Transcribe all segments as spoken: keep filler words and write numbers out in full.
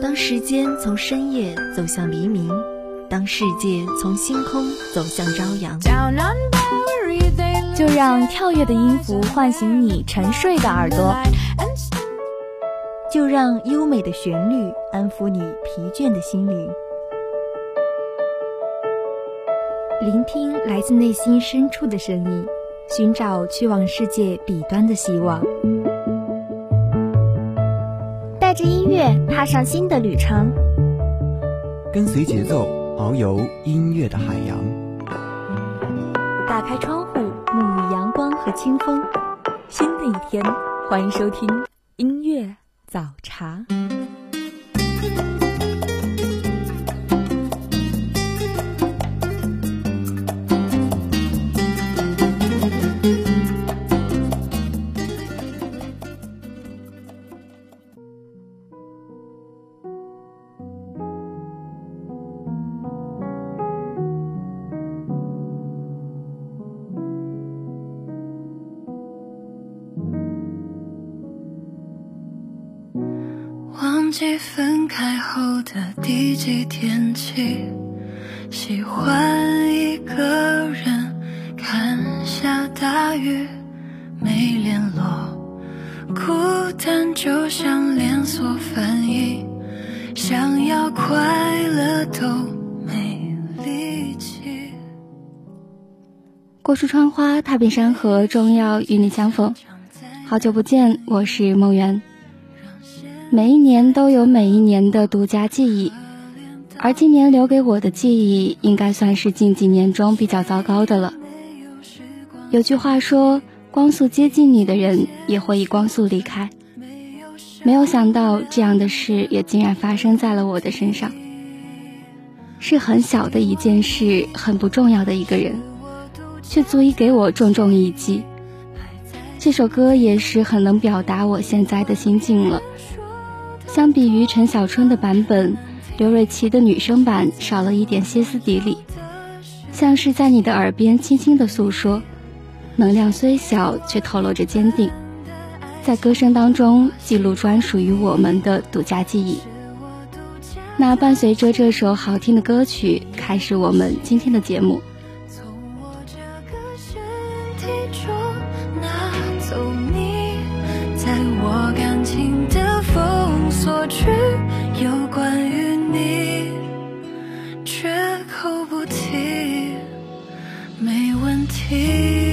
当时间从深夜走向黎明，当世界从星空走向朝阳， 就让跳跃的音符唤醒你沉睡的耳朵， 就让优美的旋律安抚你疲倦的心灵。聆听来自内心深处的声音，寻找去往世界彼端的希望。 带着音乐踏上新的旅程， 跟随节奏遨游音乐的海洋。 打开窗户，沐浴阳光和清风。新的一天，欢迎收听音乐早茶。 忘记分开后的第几天起，喜欢一个人看下大雨，没联络，孤单就像连锁反应，想要快乐都没力气。 过树窗花，踏遍山河，终要与你相逢。好久不见，我是梦圆。每一年都有每一年的独家记忆，而今年留给我的记忆应该算是近几年中比较糟糕的了。有句话说，光速接近你的人也会以光速离开。没有想到这样的事也竟然发生在了我的身上。是很小的一件事，很不重要的一个人，却足以给我重重一击。这首歌也是很能表达我现在的心境了。相比于陈小春的版本，刘瑞琦的女声版少了一点歇斯底里，像是在你的耳边轻轻地诉说，能量虽小却透露着坚定，在歌声当中记录专属于我们的独家记忆。那伴随着这首好听的歌曲，开始我们今天的节目。 从我这个身体中拿走你，在我感情的封锁区，有关于你绝口不提，没问题。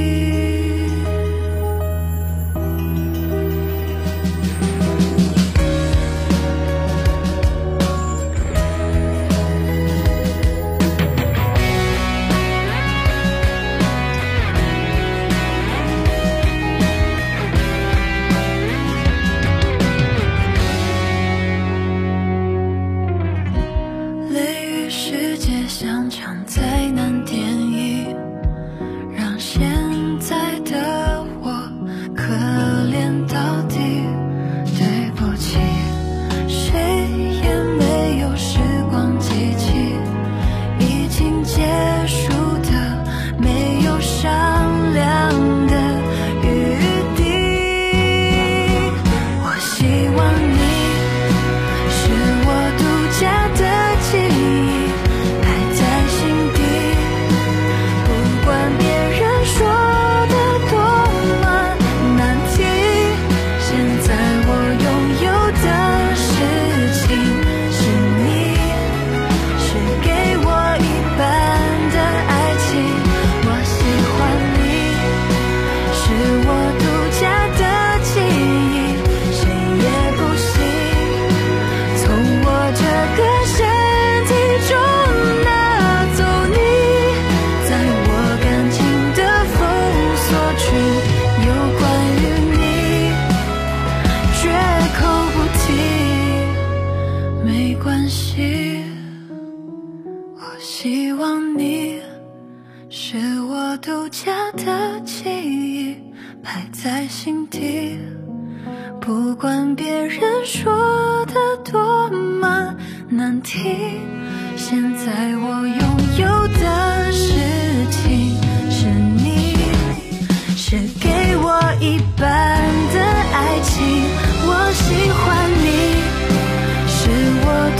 不管别人说的多么难听，现在我拥有的事情是你，是给我一半的爱情。我喜欢你，是我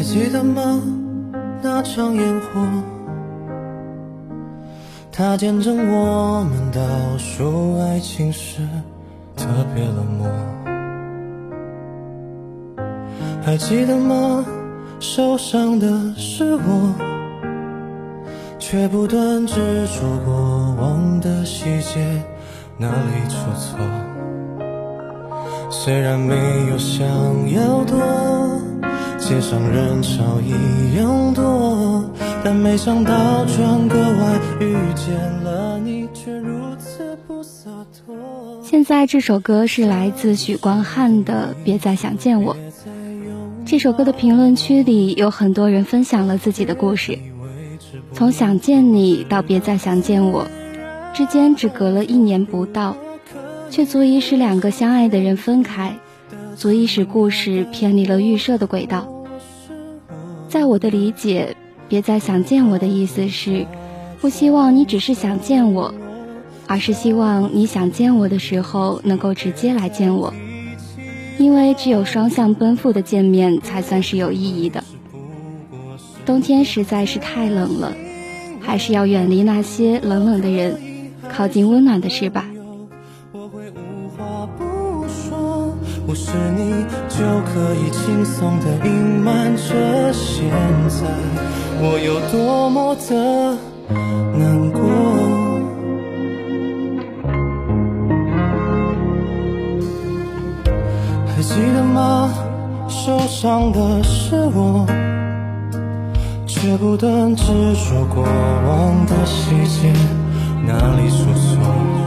记得吗？那场烟火，它见证我们倒数爱情时特别冷漠。还记得吗？受伤的是我，却不断执着过往的细节，哪里出错？虽然没有想要多，街上人潮一样多，但没想到转个弯遇见了你，却如此不洒脱。 现在这首歌是来自许光汉的《别再想见我》。这首歌的评论区里有很多人分享了自己的故事，从想见你到别再想见我之间只隔了一年不到，却足以使两个相爱的人分开，足以使故事偏离了预设的轨道。在我的理解，别再想见我的意思是不希望你只是想见我，而是希望你想见我的时候能够直接来见我，因为只有双向奔赴的见面才算是有意义的。冬天实在是太冷了，还是要远离那些冷冷的人，靠近温暖的事吧。 我会无话不说，不是你就可以轻松地隐瞒着现在我有多么的难过。还记得吗？受伤的是我，却不断执着过往的细节，哪里出错？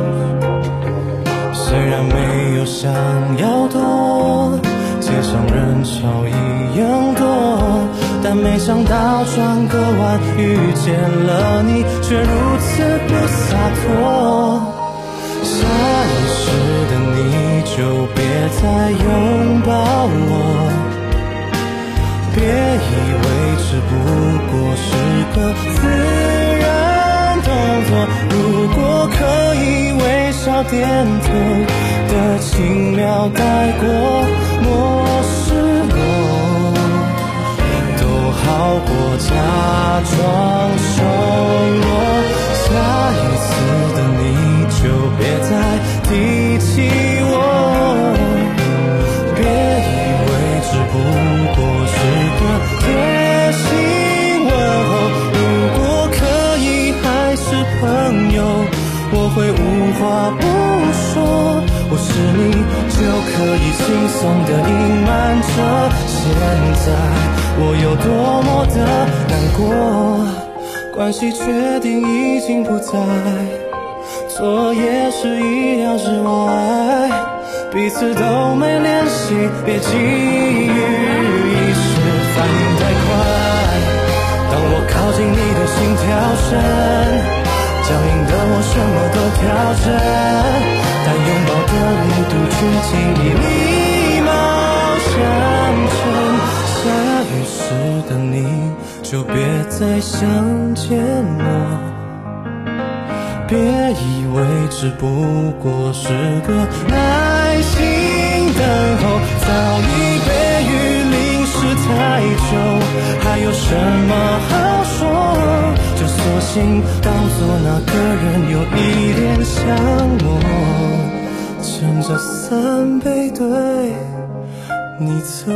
虽然没有想要多，街上人潮一样多，但没想到转个弯遇见了你，却如此不洒脱。下意识的你就别再拥抱我，别以为只不过是个自然动作，如果可以微笑点头的轻描带过，漠视我都好过假装熟络。下一次的你就别再提起我，别以为只不过是个贴心问候，如果可以还是朋友，我会无话不说，不是你就可以轻松地隐瞒着现在我有多么的难过。关系确定已经不在，错也是意料之外，彼此都没联系，别急于一时反应太快。当我靠近你的心跳声，僵硬的我什么都调整，但拥抱的力度却轻易礼貌相称。下雨时的你就别再想见我，别以为只不过是个耐心等候，早已被雨淋湿太久，还有什么好说？就索性当作那个人有一点像我，撑着伞背对你走。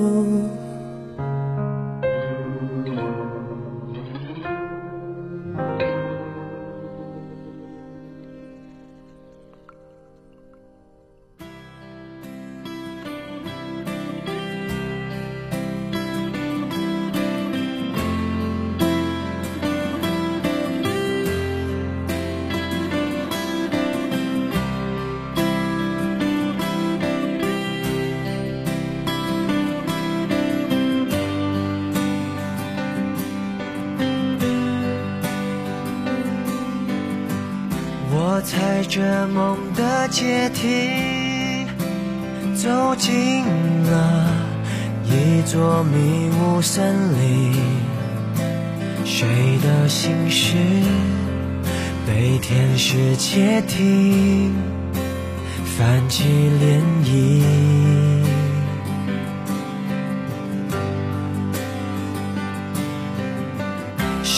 我踩着梦的阶梯，走进了一座迷雾森林，谁的心事被天使窃听，泛起涟漪。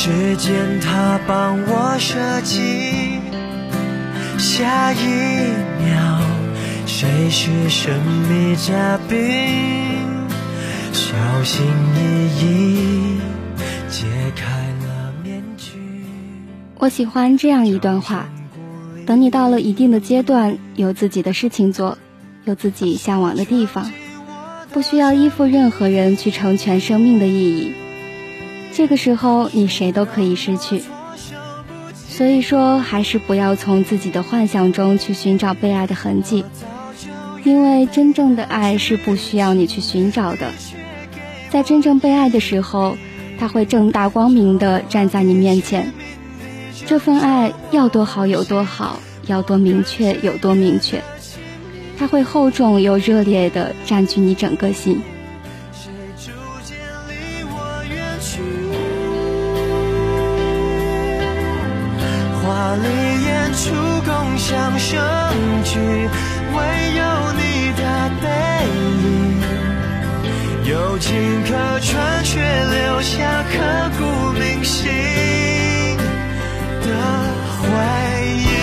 时间它帮我设计，下一秒谁是神秘嘉宾，小心翼翼解开了面具。 我喜欢这样一段话，等你到了一定的阶段，有自己的事情做，有自己向往的地方，不需要依附任何人去成全生命的意义，这个时候你谁都可以失去。所以说还是不要从自己的幻想中去寻找被爱的痕迹，因为真正的爱是不需要你去寻找的，在真正被爱的时候，它会正大光明地站在你面前，这份爱要多好有多好，要多明确有多明确，它会厚重又热烈地占据你整个心。 华丽演出共享盛举，唯有你的背影有情可传，却留下刻骨铭心的回忆。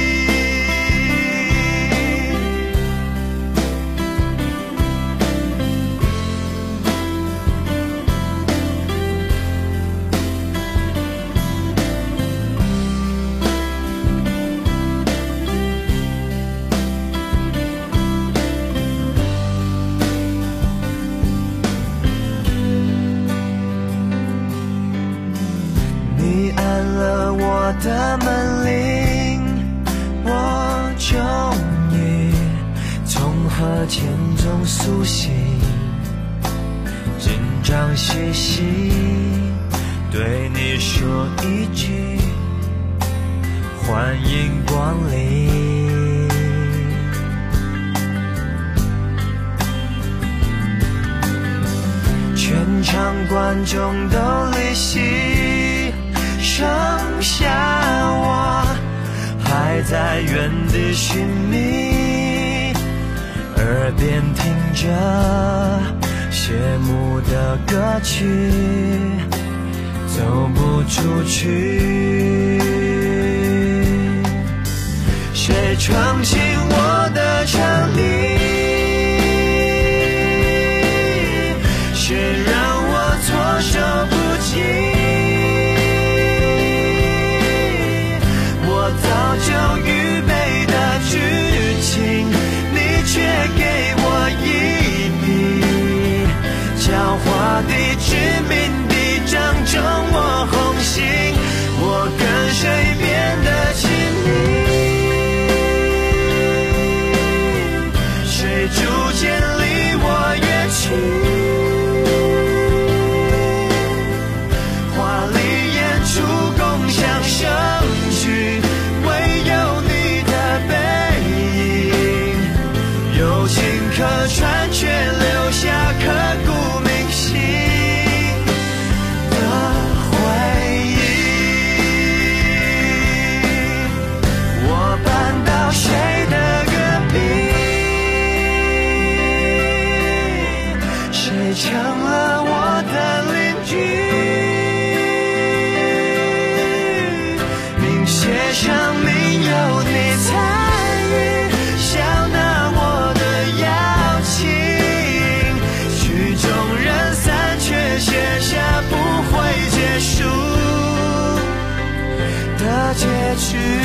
的门铃，我终于从河潜中苏醒，紧张兮兮对你说一句欢迎光临。全场观众都离席，剩下我还在原地寻觅，耳边听着谢幕的歌曲，走不出去。谁闯进我的场地？谁让我措手不及？早就预备的剧情，你却给我一笔狡猾地致命地正中我红心，我跟谁变得亲密？谁逐渐离我远去？华丽演出共享盛举，可传却留下刻骨铭心的回忆。我搬到谁的隔壁？谁成了我的邻居？名写上名有你参与，笑纳我的曲终人散，却写下不会结束的结局。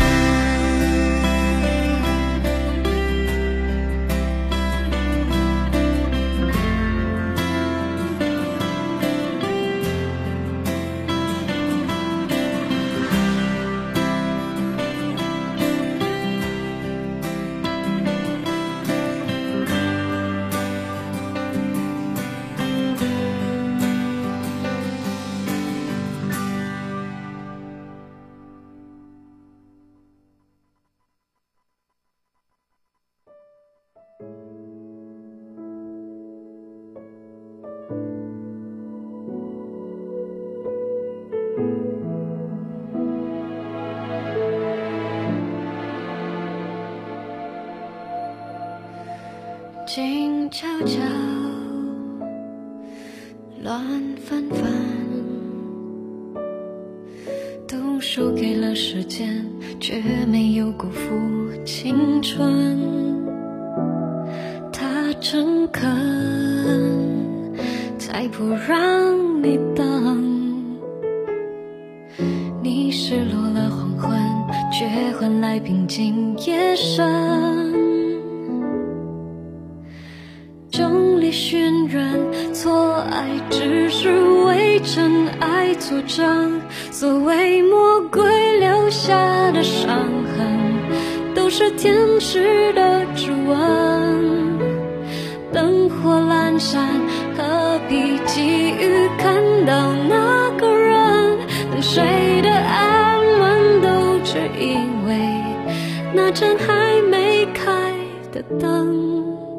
静悄悄，乱纷纷， 输给了时间，却没有辜负青春。他诚恳，才不让你等。你失落了黄昏，却换来平静夜深。众里寻人，错爱只是为真爱作证。所谓魔鬼留下的伤痕，都是天使的指纹。灯火阑珊，何必急于看到那个人？等谁的安稳，都只因为那盏还没开的灯。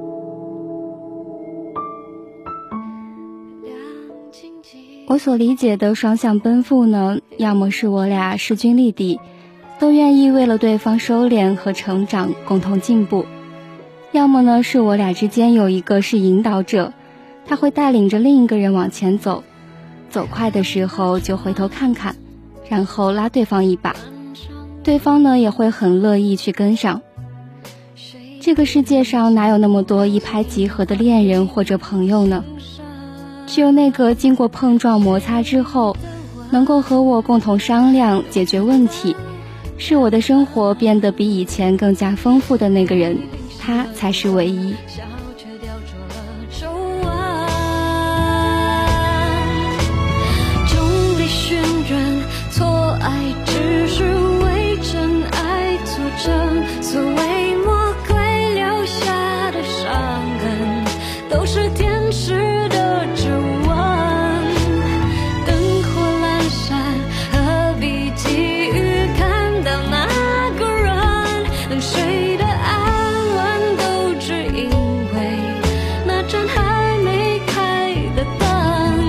我所理解的双向奔赴呢，要么是我俩势均力敌，都愿意为了对方收敛和成长，共同进步；要么呢是我俩之间有一个是引导者，他会带领着另一个人往前走，走快的时候就回头看看，然后拉对方一把，对方呢也会很乐意去跟上。这个世界上哪有那么多一拍即合的恋人或者朋友呢？只有那个经过碰撞摩擦之后，能够和我共同商量解决问题，使我的生活变得比以前更加丰富的那个人，他才是唯一。 众里寻人，错爱只是为真爱作证。所谓魔鬼留下的伤痕，都是天使的指纹。灯火阑珊，何必急于看到那个人？等谁的安稳，都只因为那盏还没开的灯。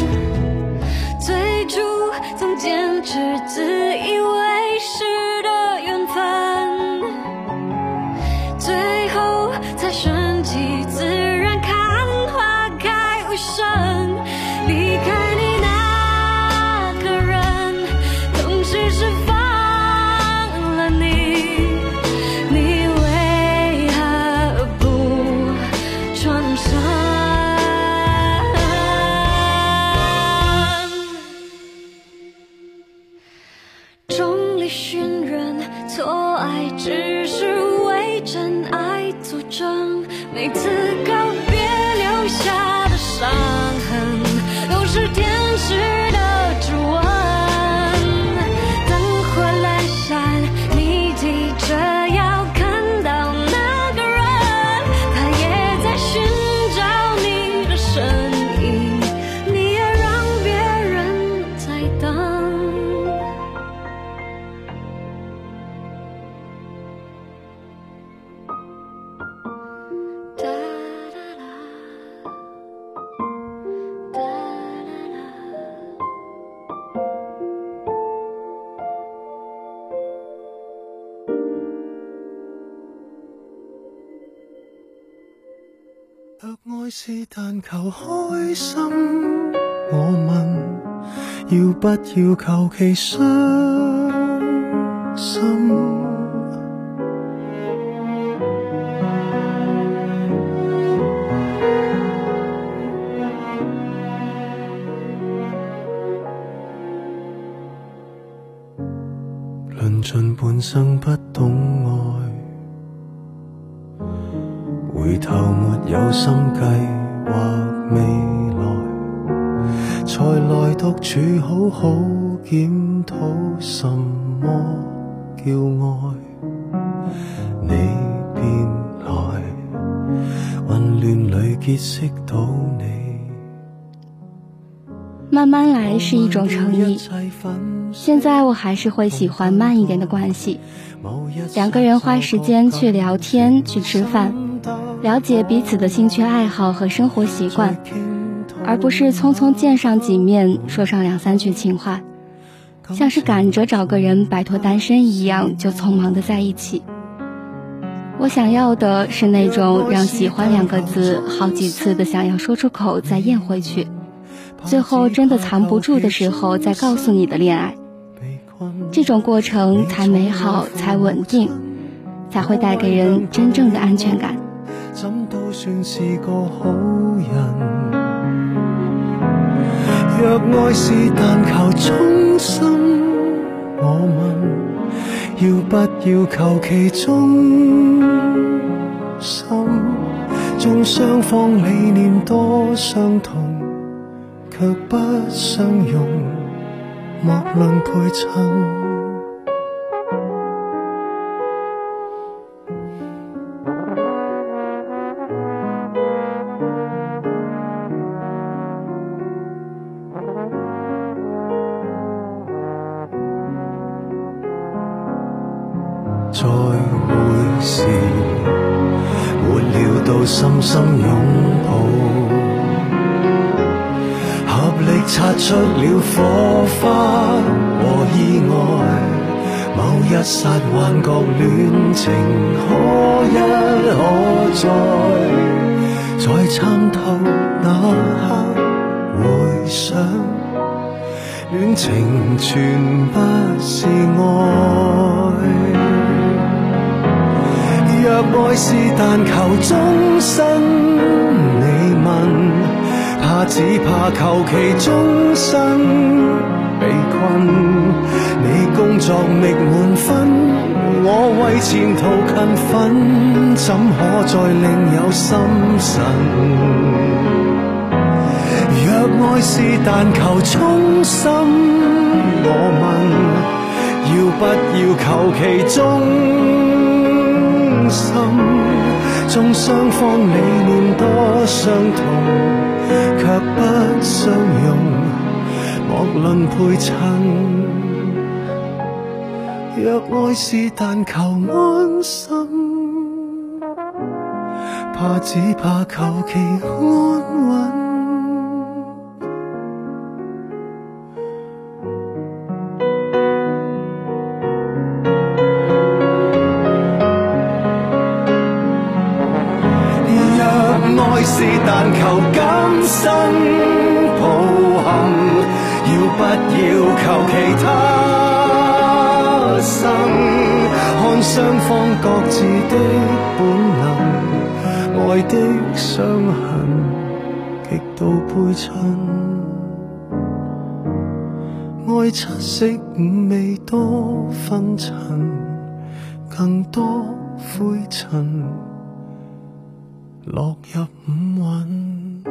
最初总坚持自以为是的缘分，最后才顺其自然看花开无声。离开你那个人，同时释放了你，你为何不转身？众里寻人，错爱只是为真爱作证。每次告别留下的伤痕，都是天使的指纹。灯火阑珊，你急着要看到那个人，他也在寻找你的身影，你也让别人在等。哒啦啦，哒啦啦。 若愛是但求開心，我問要不要求其傷心？論盡半生不懂愛，回頭沒有心計劃未來，才來獨處好好檢討什麼叫愛。你便來，混亂裏結識到你。 慢慢來是一種誠意，現在我還是會喜歡慢一點的關係，兩個人花時間去聊天，去吃飯，了解彼此的興趣愛好和生活習慣，而不是匆匆見上幾面，說上兩三句情話，像是趕着找個人擺脫單身一樣，就匆忙的在一起。我想要的是那種讓喜歡兩個字好幾次的想要說出口再咽回去，最後真的藏不住的時候再告訴你的戀愛。 这种过程才美好，才稳定，才會帶給人真正的安全感。 怎都算是個好人，若愛是但求衷心，我問要不要求其忠心，縱雙方理念多相同，卻不相容，莫論配襯。再會時沒料到深深擁抱，合力擦出了火花和意外，某一剎幻覺戀情可一可再，在參透那刻回想，戀情全不是愛。若愛是但求終身，你問，怕只怕求其終身被困。你工作覓滿分，我為前途勤奮，怎可再另有心神？若愛是但求衷心，我問，要不要求其終心，縱雙方理念多相同，卻不相容，莫論配襯。若愛是但求安心，怕只怕求其安穩。是但求今生抱憾，要不要求其他生？看雙方各自的本能，愛的傷痕極度配襯，愛七色五味多紛陳，更多灰塵落入五蘊。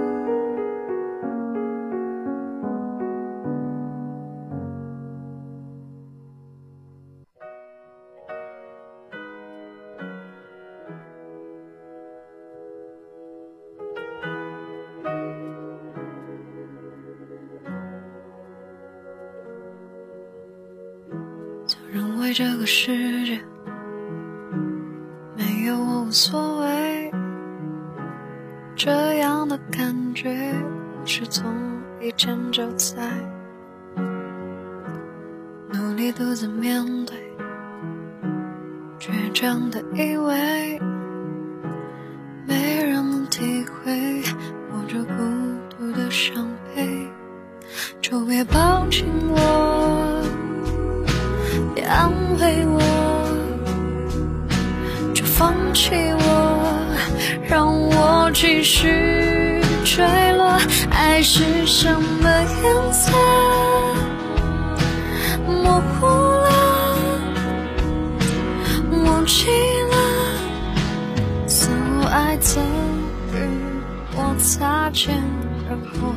就认为这个世界没有我无所谓，这样的感觉是从以前就在，努力独自面对，倔强的以为没人能体会我这孤独的伤悲，就别抱紧我，别安慰我，就放弃我，让我继续坠落。爱是什么颜色？模糊了，忘记了，似乎爱曾与我擦肩而过。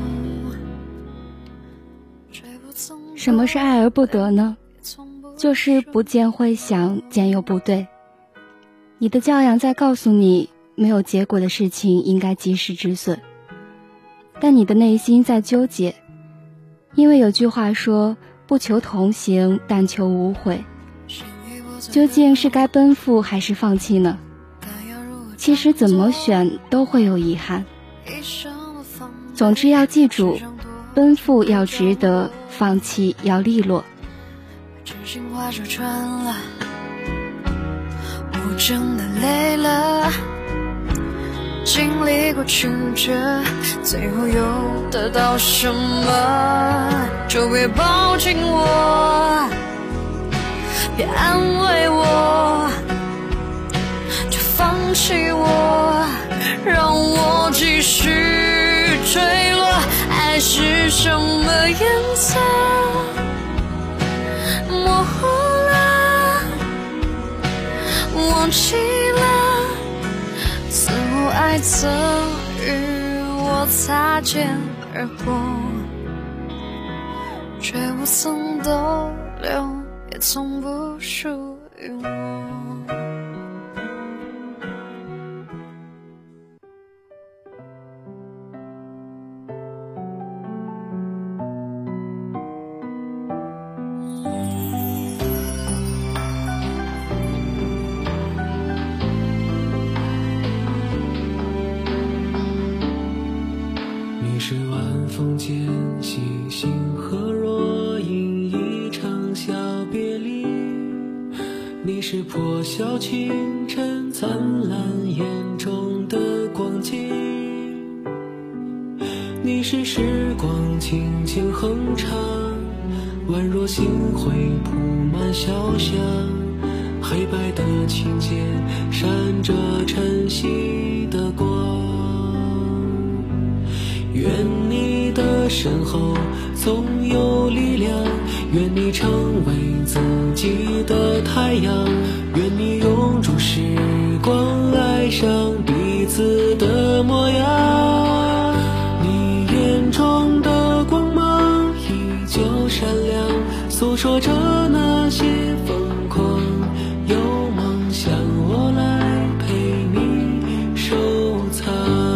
什么是爱而不得呢？就是不见会想，见又不对。你的教养在告诉你，没有结果的事情应该及时止损，但你的内心在纠结，因为有句话说，不求同行，但求无悔。究竟是该奔赴还是放弃呢？其实怎么选都会有遗憾。总之要记住，奔赴要值得，放弃要利落。 真心话说穿了，我真的累了，经历过曲折，最后又得到什么？就别抱紧我， 别安慰我，就放弃我，让我继续坠落。爱是什么颜色？模糊了，忘记了，似乎爱曾与我擦肩而过，却无曾逗留，也从不属于我。 你是晚风间细星河若隐，一场小别离。你是破晓清晨灿烂眼中的光景，你是时光轻轻哼唱，宛若星辉铺满小巷，黑白的琴键闪着晨曦的光。愿你的身后总有力量，愿你成为自己的太阳，愿你拥住时光，爱上彼此的模样。你眼中的光芒依旧闪亮，诉说着那些疯狂，有梦想我来陪你收藏。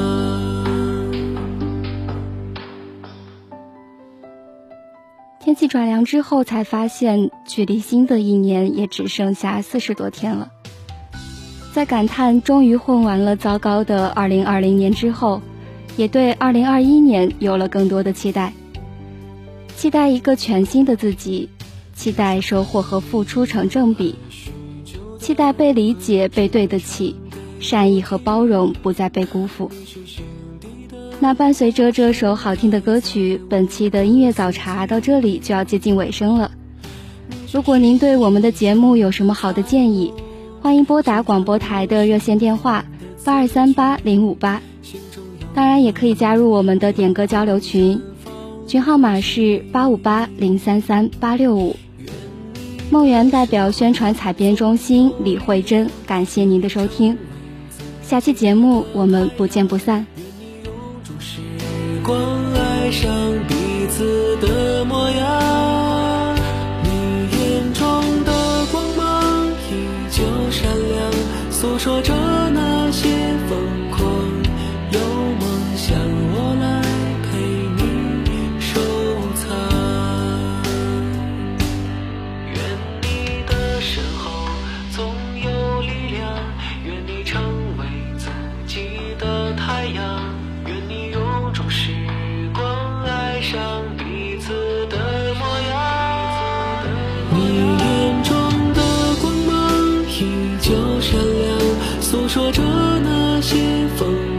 天气转凉之后，才发现距离新的一年也只剩下四十多天了。在感叹终于混完了糟糕的二零二零年之后，也对二零二一年有了更多的期待。期待一个全新的自己，期待收获和付出成正比，期待被理解、被对得起，善意和包容不再被辜负。那伴随着这首好听的歌曲，本期的音乐早茶到这里就要接近尾声了。如果您对我们的节目有什么好的建议，欢迎拨打广播台的热线电话八二三八零五八，当然也可以加入我们的点歌交流群，群号码是八五八零三三八六五。梦圆代表宣传采编中心李慧珍，感谢您的收听，下期节目我们不见不散。 光爱上彼此的模样，你眼中的光芒依旧闪亮，诉说着那些疯狂，有梦想我来陪你收藏。愿你的身后总有力量，愿你成为自己的太阳，愿你拥住时光，爱上彼此的模样。你眼中的光芒依旧闪亮，诉说着那些风